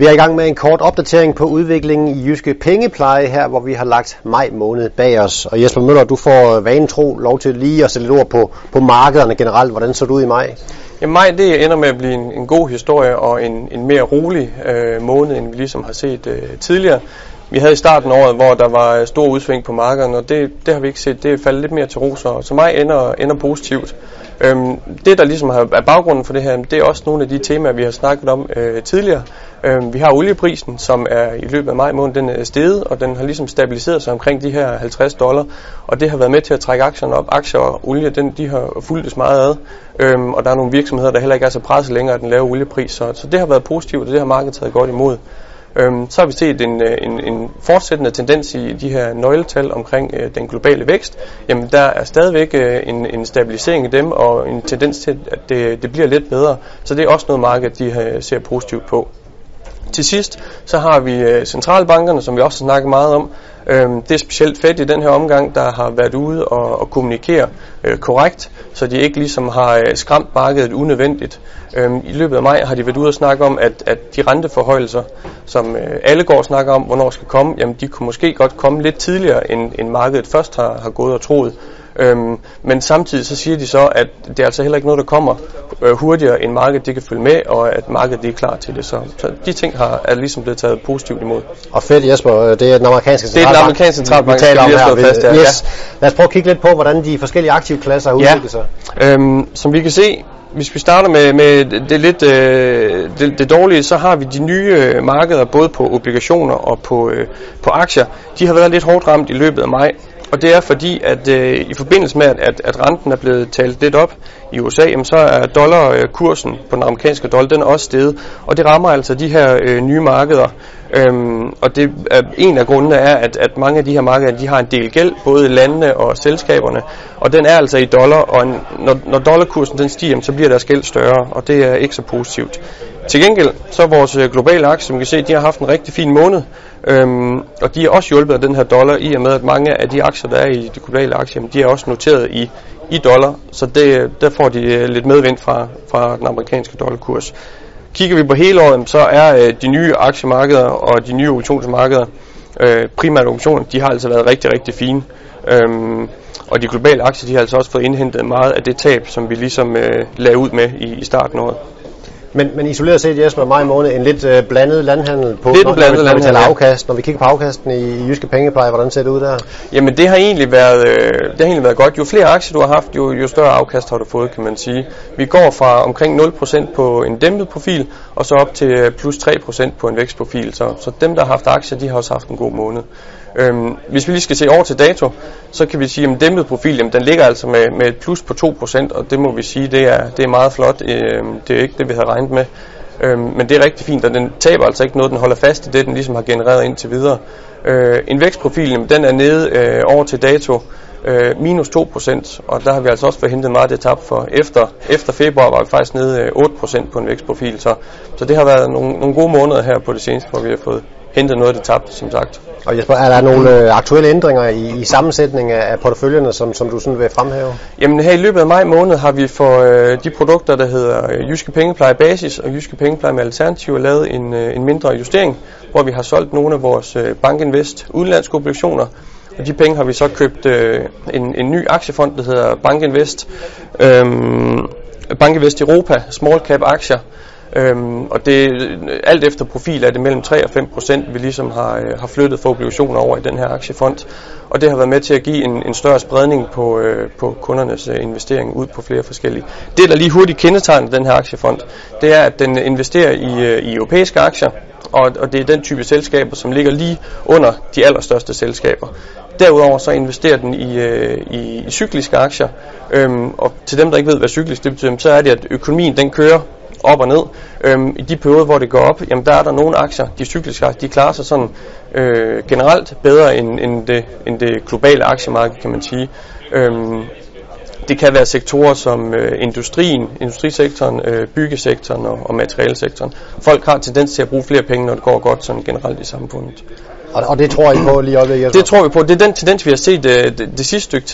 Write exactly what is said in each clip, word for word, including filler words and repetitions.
Vi er i gang med en kort opdatering på udviklingen i Jyske Pengepleje her, hvor vi har lagt maj måned bag os. Og Jesper Møller, du får vanen tro lov til lige at sætte lidt ord på, på markederne generelt. Hvordan så du ud i maj? Ja, maj det ender med at blive en, en god historie og en, en mere rolig øh, måned, end vi ligesom har set øh, tidligere. Vi havde i starten af året, hvor der var stor udsving på markederne, og det, det har vi ikke set. Det er faldet lidt mere til ro, så maj ender, ender positivt. Øhm, det, der ligesom er baggrunden for det her, det er også nogle af de temaer, vi har snakket om øh, tidligere. Øhm, vi har olieprisen, som er i løbet af maj måned, den er steget, og den har ligesom stabiliseret sig omkring de her halvtreds dollar, og det har været med til at trække aktierne op. Aktier og olie, den, de har fulgtes meget ad, øhm, og der er nogle virksomheder, der heller ikke er så presset længere af den lave oliepris, så, så det har været positivt, og det har markedet taget godt imod. Øhm, så har vi set en, en, en fortsættende tendens i de her nøgletal omkring øh, den globale vækst. Jamen der er stadigvæk øh, en, en stabilisering i dem og en tendens til, at det, det bliver lidt bedre. Så det er også noget markedet, de øh, ser positivt på. Til sidst så har vi øh, centralbankerne, som vi også har snakket meget om. Øhm, det er specielt Fed i den her omgang, der har været ude og, og kommunikere øh, korrekt, så de ikke ligesom har øh, skræmt markedet unødvendigt. Øhm, I løbet af maj har de været ude og snakke om, at, at de renteforhøjelser, som øh, alle går og snakker om, hvornår skal komme, jamen de kunne måske godt komme lidt tidligere, end, end markedet først har, har gået og troet. Øhm, men samtidig så siger de så, at det er altså heller ikke noget, der kommer øh, hurtigere, end markedet det kan følge med, og at markedet er klar til det. Så, så de ting har, er ligesom blevet taget positivt imod. Og Fed, Jesper, det er den amerikanske centralbank. Det er den amerikanske centralbank, vi taler om her. Fast, ja. Yes. Lad os prøve at kigge lidt på, hvordan de forskellige aktivklasser har udviklet sig. Ja. Øhm, som vi kan se, hvis vi starter med, med det lidt øh, det, det dårlige, så har vi de nye øh, markeder, både på obligationer og på, øh, på aktier. De har været lidt hårdt ramt i løbet af maj. Og det er fordi, at øh, i forbindelse med, at, at renten er blevet talt lidt op i U S A, jamen, så er dollarkursen på den amerikanske dollar, den er også steget. Og det rammer altså de her øh, nye markeder. Øhm, og det er, en af grundene er, at, at mange af de her markeder, de har en del gæld, både landene og selskaberne. Og den er altså i dollar, og en, når, når dollarkursen den stiger, så bliver deres gæld større, og det er ikke så positivt. Til gengæld, så er vores globale aktier, som vi kan se, de har haft en rigtig fin måned. Øhm, og de er også hjulpet af den her dollar, i og med at mange af de aktier, der er i de globale aktier, de er også noteret i, i dollar, så det, der får de lidt medvind fra, fra den amerikanske dollarkurs. Kigger vi på hele året, så er øh, de nye aktiemarkeder og de nye optionsmarkeder, øh, primært optioner, de har altså været rigtig, rigtig fine. Øhm, og de globale aktier, de har altså også fået indhentet meget af det tab, som vi ligesom øh, lagde ud med i, i starten af året. Men, men isoleret set, Jesper, maj måned, en lidt øh, blandet landhandel på, lidt når, blandet når vi landhandel, taler afkast. Når vi kigger på afkasten i, i Jyske Pengepleje, hvordan ser det ud der? Jamen det har egentlig været, øh, det har egentlig været godt. Jo flere aktier du har haft, jo, jo større afkast har du fået, kan man sige. Vi går fra omkring nul procent på en dæmpet profil, og så op til plus tre procent på en vækstprofil. Så, så dem, der har haft aktier, de har også haft en god måned. Øhm, hvis vi lige skal se over til dato, så kan vi sige, at dæmpet profil, jamen, den ligger altså med, med et plus på to procent, og det må vi sige, det er, det er meget flot. Øhm, det er ikke det, vi havde regnet med. Øhm, men det er rigtig fint, og den taber altså ikke noget, den holder fast i det, den ligesom har genereret indtil videre. Øh, en vækstprofil, den er nede øh, over til dato, øh, minus to procent, og der har vi altså også forhentet meget det tab, for efter, efter februar var vi faktisk nede øh, otte procent på en vækstprofil, så, så det har været nogle, nogle gode måneder her på det seneste, hvor vi har fået hentet noget af det tab, som sagt. Og Jesper, er der nogle øh, aktuelle ændringer i, i sammensætning af, af porteføljerne, som, som du sådan vil fremhæve? Jamen her i løbet af maj måned har vi for øh, de produkter, der hedder øh, Jyske Pengepleje Basis og Jyske Pengepleje med Alternativer, lavet en, øh, en mindre justering, hvor vi har solgt nogle af vores øh, BankInvest udenlandske obligationer. Og de penge har vi så købt øh, en, en ny aktiefond, der hedder BankInvest, øh, BankInvest Europa Small Cap aktier. Øhm, og det alt efter profil er det mellem tre og fem procent vi ligesom har, øh, har flyttet for obligationer over i den her aktiefond, og det har været med til at give en, en større spredning på, øh, på kundernes øh, investering ud på flere forskellige. Det der lige hurtigt kendetegner den her aktiefond, det er at den investerer i, øh, i europæiske aktier, og, og det er den type selskaber, som ligger lige under de allerstørste selskaber. Derudover så investerer den i, øh, i, i cykliske aktier, øhm, og til dem der ikke ved hvad cyklisk det betyder, så er det at økonomien den kører op og ned. Øhm, I de perioder, hvor det går op, jamen der er der nogle aktier, de cykliske aktier, de klarer sig sådan øh, generelt bedre end, end, det, end det globale aktiemarked, kan man sige. Øhm, det kan være sektorer som øh, industrien, industrisektoren, øh, byggesektoren og, og materialesektoren. Folk har tendens til at bruge flere penge, når det går godt sådan generelt i samfundet. Og, og det tror I på lige op? Det tror vi på. Det er den tendens, vi har set øh, det, det sidste stykke tid.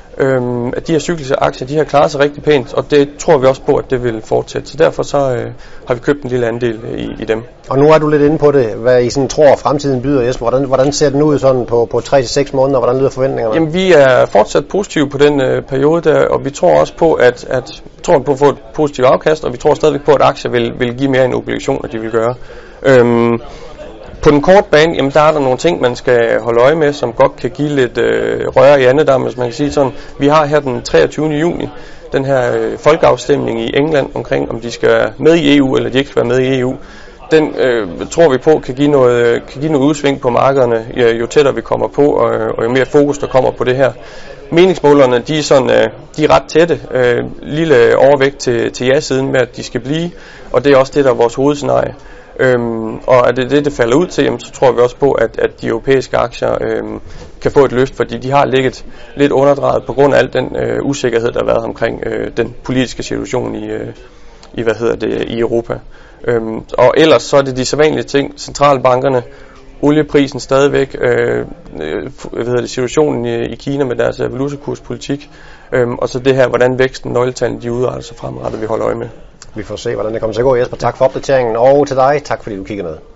Øhm, at de her cykliske aktier, de har klaret sig rigtig pænt, og det tror vi også på, at det vil fortsætte. Så derfor så øh, har vi købt en lille andel i, i dem. Og nu er du lidt inde på det, hvad I sådan tror fremtiden byder, Jesper. Hvordan, hvordan ser den ud sådan på, på tre til seks måneder, og hvordan lyder forventningerne? Jamen vi er fortsat positive på den øh, periode der, og vi tror også på, at, at tror på at få et positivt afkast, og vi tror stadigvæk på, at aktier vil, vil give mere end obligationer, de vil gøre. Øhm, På den korte bane, jamen der er der nogle ting, man skal holde øje med, som godt kan give lidt øh, røre i andedammen, hvis man kan sige sådan. Vi har her den treogtyvende juni den her øh, folkeafstemning i England omkring, om de skal være med i E U, eller de ikke skal være med i E U. Den øh, tror vi på kan give noget, kan give noget udsving på markederne, jo tættere vi kommer på, og, og jo mere fokus der kommer på det her. Meningsmålerne, de er, sådan, øh, de er ret tætte, øh, lille overvægt til, til ja-siden med, at de skal blive, og det er også det, der er vores hovedscenarie. Øhm, og er det det, det falder ud til, jamen, så tror vi også på, at, at de europæiske aktier øhm, kan få et løft, fordi de har ligget lidt underdrejet på grund af al den øh, usikkerhed, der har været omkring øh, den politiske situation i, øh, i, hvad hedder det, i Europa. Øhm, og ellers så er det de sædvanlige ting, centralbankerne, olieprisen stadigvæk, øh, hvad hedder det, situationen i, i Kina med deres valutakurspolitik, øhm, og så det her, hvordan væksten, nøgletallene, de udretter sig fremadrettet, vi holder øje med. Vi får se, hvordan det kommer til at gå. Jesper, tak for opdateringen, og til dig, tak fordi du kiggede med.